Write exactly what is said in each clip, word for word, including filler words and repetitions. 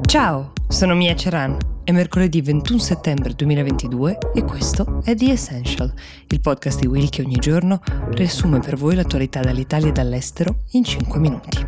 Ciao, sono Mia Ceran. È mercoledì ventuno settembre duemilaventidue e questo è The Essential, il podcast di Will che ogni giorno riassume per voi l'attualità dall'Italia e dall'estero in cinque minuti.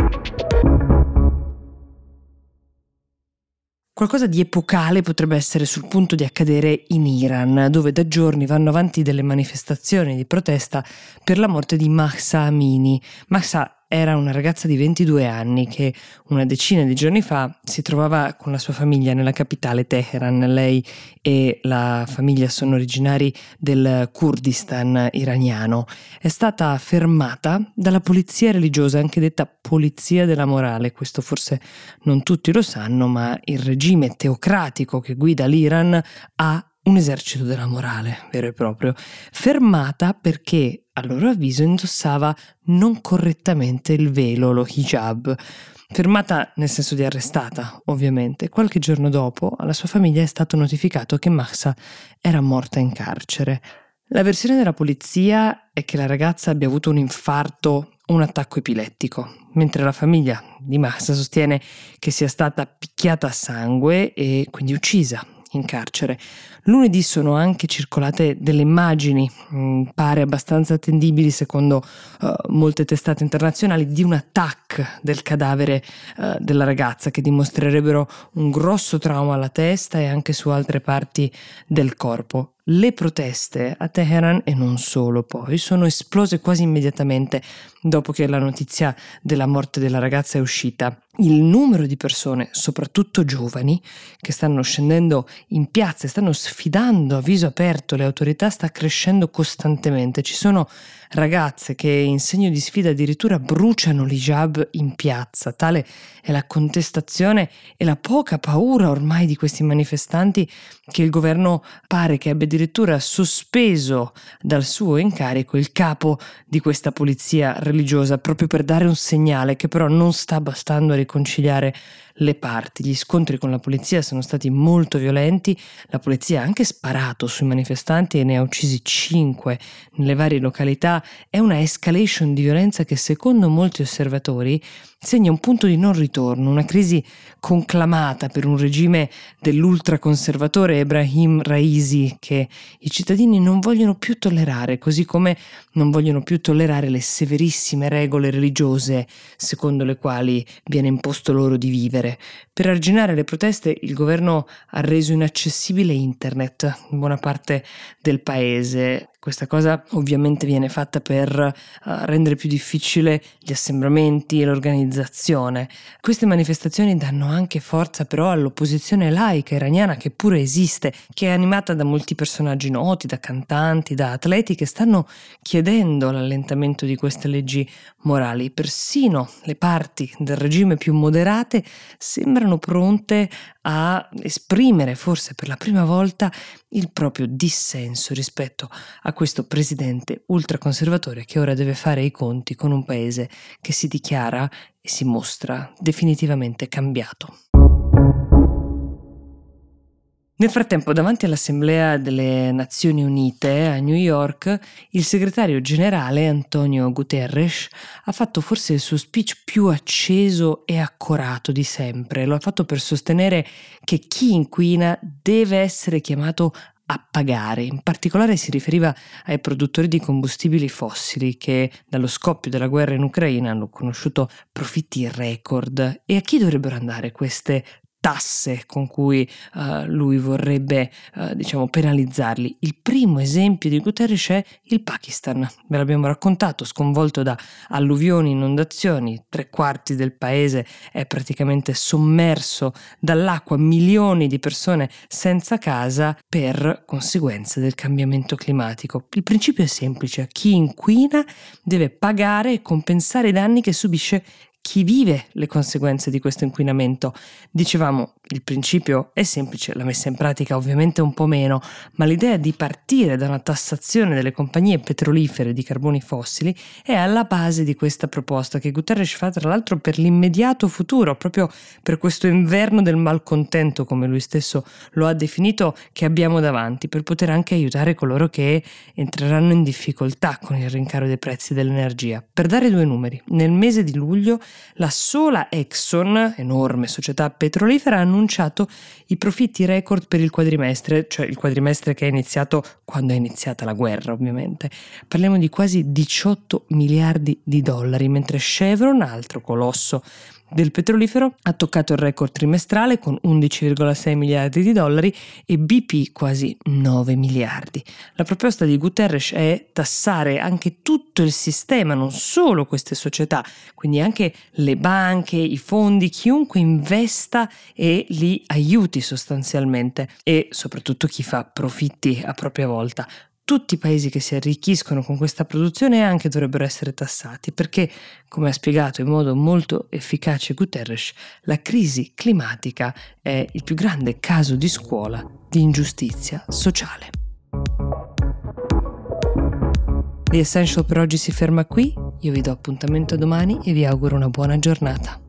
Qualcosa di epocale potrebbe essere sul punto di accadere in Iran, dove da giorni vanno avanti delle manifestazioni di protesta per la morte di Mahsa Amini. Mahsa era una ragazza di ventidue anni che una decina di giorni fa si trovava con la sua famiglia nella capitale Teheran. Lei e la famiglia sono originari del Kurdistan iraniano. È stata fermata dalla polizia religiosa, anche detta polizia della morale. Questo forse non tutti lo sanno, ma il regime teocratico che guida l'Iran ha un esercito della morale, vero e proprio, fermata perché, a loro avviso, indossava non correttamente il velo, lo hijab. Fermata nel senso di arrestata, ovviamente. Qualche giorno dopo, alla sua famiglia è stato notificato che Mahsa era morta in carcere. La versione della polizia è che la ragazza abbia avuto un infarto o un attacco epilettico, mentre la famiglia di Mahsa sostiene che sia stata picchiata a sangue e quindi uccisa in carcere. Lunedì sono anche circolate delle immagini, mh, pare abbastanza attendibili secondo uh, molte testate internazionali, di un attacco del cadavere uh, della ragazza che dimostrerebbero un grosso trauma alla testa e anche su altre parti del corpo. Le proteste a Teheran, e non solo poi, sono esplose quasi immediatamente dopo che la notizia della morte della ragazza è uscita. Il numero di persone, soprattutto giovani, che stanno scendendo in piazza e stanno sfidando a viso aperto le autorità sta crescendo costantemente. Ci sono ragazze che in segno di sfida addirittura bruciano l'hijab in piazza. Tale è la contestazione e la poca paura ormai di questi manifestanti che il governo pare che abbia addirittura sospeso dal suo incarico il capo di questa polizia religiosa, proprio per dare un segnale che però non sta bastando a riconciliare le parti. Gli scontri con la polizia sono stati molto violenti, la polizia ha anche sparato sui manifestanti e ne ha uccisi cinque nelle varie località. È una escalation di violenza che secondo molti osservatori segna un punto di non ritorno, una crisi conclamata per un regime dell'ultraconservatore Ebrahim Raisi che i cittadini non vogliono più tollerare, così come non vogliono più tollerare le severissime regole religiose secondo le quali viene imposto loro di vivere. Per arginare le proteste il governo ha reso inaccessibile internet in buona parte del paese. Questa cosa ovviamente viene fatta per uh, rendere più difficile gli assembramenti e l'organizzazione. Queste manifestazioni danno anche forza però all'opposizione laica iraniana, che pure esiste, che è animata da molti personaggi noti, da cantanti, da atleti che stanno chiedendo l'allentamento di queste leggi morali. Persino le parti del regime più moderate sembrano pronte a esprimere, forse per la prima volta, il proprio dissenso rispetto a questo presidente ultraconservatore che ora deve fare i conti con un paese che si dichiara e si mostra definitivamente cambiato. Nel frattempo, davanti all'Assemblea delle Nazioni Unite a New York, il segretario generale Antonio Guterres ha fatto forse il suo speech più acceso e accorato di sempre. Lo ha fatto per sostenere che chi inquina deve essere chiamato a pagare. In particolare si riferiva ai produttori di combustibili fossili che dallo scoppio della guerra in Ucraina hanno conosciuto profitti record. E a chi dovrebbero andare queste tasse con cui uh, lui vorrebbe uh, diciamo penalizzarli? Il primo esempio di Guterres è il Pakistan. Ve l'abbiamo raccontato, sconvolto da alluvioni, inondazioni, tre quarti del paese è praticamente sommerso dall'acqua, milioni di persone senza casa per conseguenze del cambiamento climatico. Il principio è semplice: chi inquina deve pagare e compensare i danni che subisce chi vive le conseguenze di questo inquinamento. Dicevamo, il principio è semplice, la messa in pratica ovviamente un po' meno, ma l'idea di partire da una tassazione delle compagnie petrolifere di carboni fossili è alla base di questa proposta che Guterres fa tra l'altro per l'immediato futuro, proprio per questo inverno del malcontento, come lui stesso lo ha definito, che abbiamo davanti, per poter anche aiutare coloro che entreranno in difficoltà con il rincaro dei prezzi dell'energia. Per dare due numeri, nel mese di luglio La sola Exxon, enorme società petrolifera, ha annunciato i profitti record per il quadrimestre, cioè il quadrimestre che è iniziato quando è iniziata la guerra, ovviamente. Parliamo di quasi diciotto miliardi di dollari, mentre Chevron, altro colosso del petrolifero, ha toccato il record trimestrale con undici virgola sei miliardi di dollari e B P quasi nove miliardi. La proposta di Guterres è tassare anche tutto il sistema, non solo queste società, quindi anche le banche, i fondi, chiunque investa e li aiuti sostanzialmente, e soprattutto chi fa profitti a propria volta. Tutti i paesi che si arricchiscono con questa produzione anche dovrebbero essere tassati, perché, come ha spiegato in modo molto efficace Guterres, la crisi climatica è il più grande caso di scuola di ingiustizia sociale. The Essential per oggi si ferma qui, io vi do appuntamento domani e vi auguro una buona giornata.